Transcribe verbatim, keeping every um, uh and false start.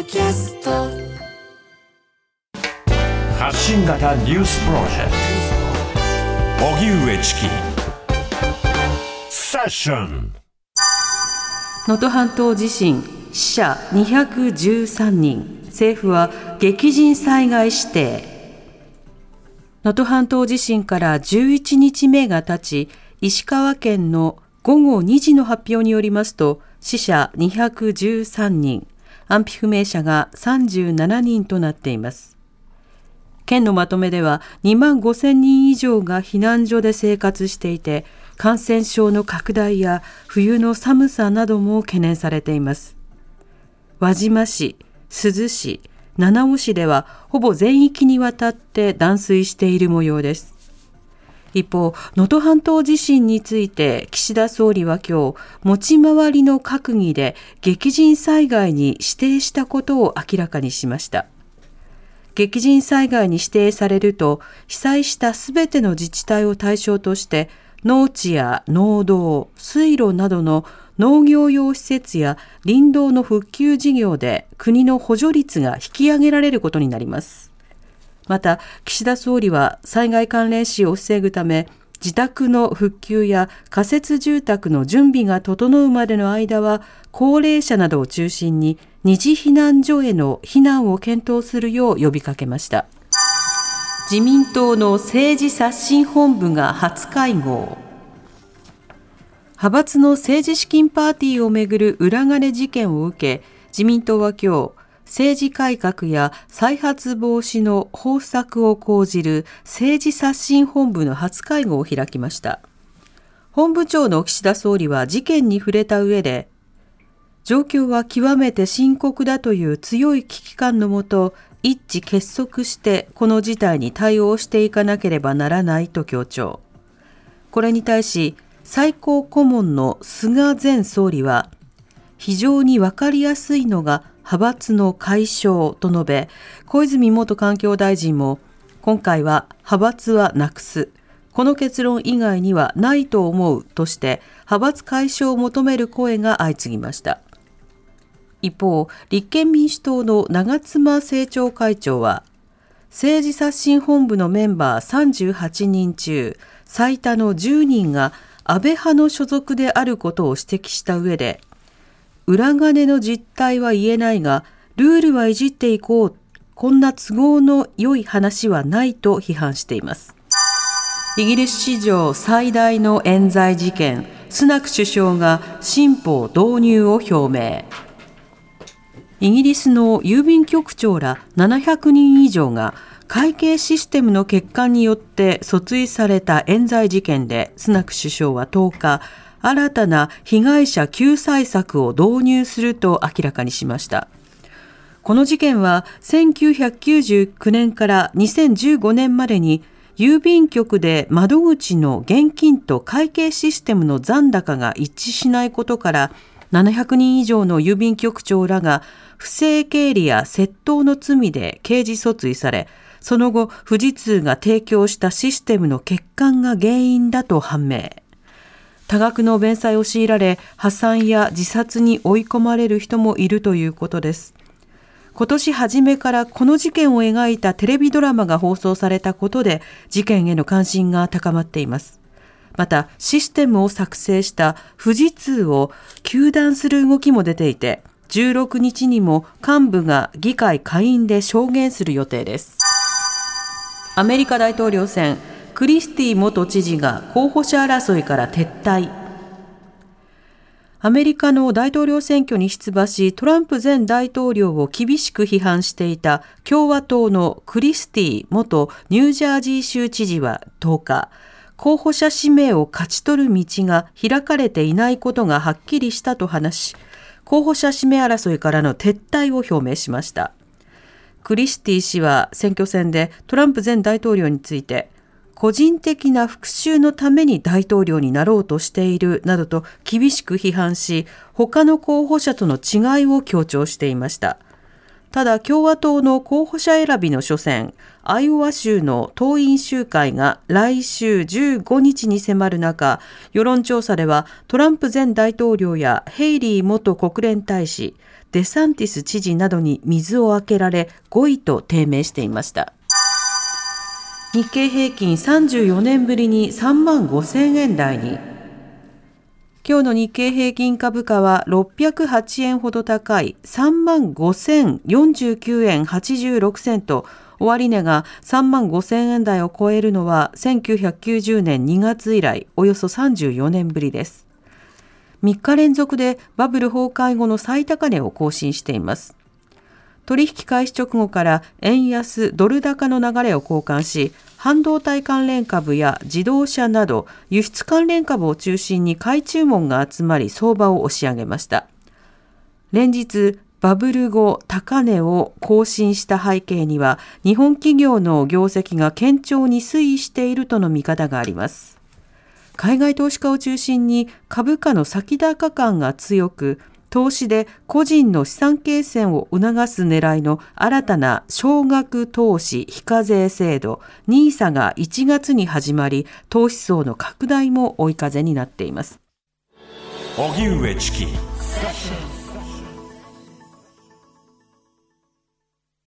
キャスト発信型ニュースプロジェクト荻上チキセッション。 能登半島地震死者にひゃくじゅうさんにん、政府は激甚災害指定。能登半島地震からじゅういちにちめが経ち、石川県のごごにじの発表によりますと、死者にひゃくじゅうさんにん、安否不明者がさんじゅうななにんとなっています。県のまとめではにまんごせんにん以上が避難所で生活していて、感染症の拡大や冬の寒さなども懸念されています。輪島市、珠洲市、七尾市ではほぼ全域にわたって断水している模様です。一方、能登半島地震について岸田総理は今日、持ち回りの閣議で激甚災害に指定したことを明らかにしました。激甚災害に指定されると、被災したすべての自治体を対象として、農地や農道、水路などの農業用施設や林道の復旧事業で国の補助率が引き上げられることになります。また、岸田総理は災害関連死を防ぐため、自宅の復旧や仮設住宅の準備が整うまでの間は、高齢者などを中心に二次避難所への避難を検討するよう呼びかけました。自民党の政治刷新本部が初会合。派閥の政治資金パーティーをめぐる裏金事件を受け、自民党は今日、政治改革や再発防止の方策を講じる政治刷新本部の初会合を開きました。本部長の岸田総理は事件に触れた上で、状況は極めて深刻だという強い危機感のもと、一致結束してこの事態に対応していかなければならないと強調。これに対し、最高顧問の菅前総理は、非常に分かりやすいのが派閥の解消と述べ、小泉元環境大臣も、今回は派閥はなくす、この結論以外にはないと思うとして、派閥解消を求める声が相次ぎました。一方、立憲民主党の長妻政調会長は、政治刷新本部のメンバーさんじゅうはちにん中、最多のじゅうにんが安倍派の所属であることを指摘した上で、裏金の実態は言えないが、ルールはいじっていこう、こんな都合の良い話はないと批判しています。イギリス史上最大の冤罪事件、スナク首相が新法導入を表明。イギリスの郵便局長らななひゃくにん以上が会計システムの欠陥によって訴追された冤罪事件で、スナク首相はとおか、新たな被害者救済策を導入すると明らかにしました。この事件はせんきゅうひゃくきゅうじゅうきゅうねんからにせんじゅうごねんまでに郵便局で窓口の現金と会計システムの残高が一致しないことから、ななひゃくにん以上の郵便局長らが不正経理や窃盗の罪で刑事訴追され、その後富士通が提供したシステムの欠陥が原因だと判明。多額の弁済を強いられ、破産や自殺に追い込まれる人もいるということです。今年初めからこの事件を描いたテレビドラマが放送されたことで、事件への関心が高まっています。また、システムを作成した富士通を糾弾する動きも出ていて、じゅうろくにちにも幹部が議会下院で証言する予定です。アメリカ大統領選、クリスティ元知事が候補者争いから撤退。アメリカの大統領選挙に出馬し、トランプ前大統領を厳しく批判していた共和党のクリスティ元ニュージャージー州知事はとおか、候補者指名を勝ち取る道が開かれていないことがはっきりしたと話し、候補者指名争いからの撤退を表明しました。クリスティ氏は選挙戦でトランプ前大統領について、個人的な復讐のために大統領になろうとしているなどと厳しく批判し、他の候補者との違いを強調していました。 ただ共和党の候補者選びの初戦、アイオワ州の党員集会が来週じゅうごにちに迫る中、世論調査ではトランプ前大統領やヘイリー元国連大使、デサンティス知事などに水をあけられごいと低迷していました。日経平均さんじゅうよねんぶりにさんまんごせんえん台に。今日の日経平均株価はろっぴゃくはちえんほど高い さんまんごせんよんじゅうきゅうえんはちじゅうろくセント、終値がさんまんごせんえん台を超えるのはせんきゅうひゃくきゅうじゅうねんにがつ以来およそさんじゅうよねんぶりです。みっか連続でバブル崩壊後の最高値を更新しています。取引開始直後から円安ドル高の流れを交換し、半導体関連株や自動車など輸出関連株を中心に買い注文が集まり相場を押し上げました。連日バブル後高値を更新した背景には日本企業の業績が堅調に推移しているとの見方があります。海外投資家を中心に株価の先高感が強く、投資で個人の資産形成を促す狙いの新たな少額投資非課税制度 ニーサ がいちがつに始まり、投資層の拡大も追い風になっています。 荻上チキ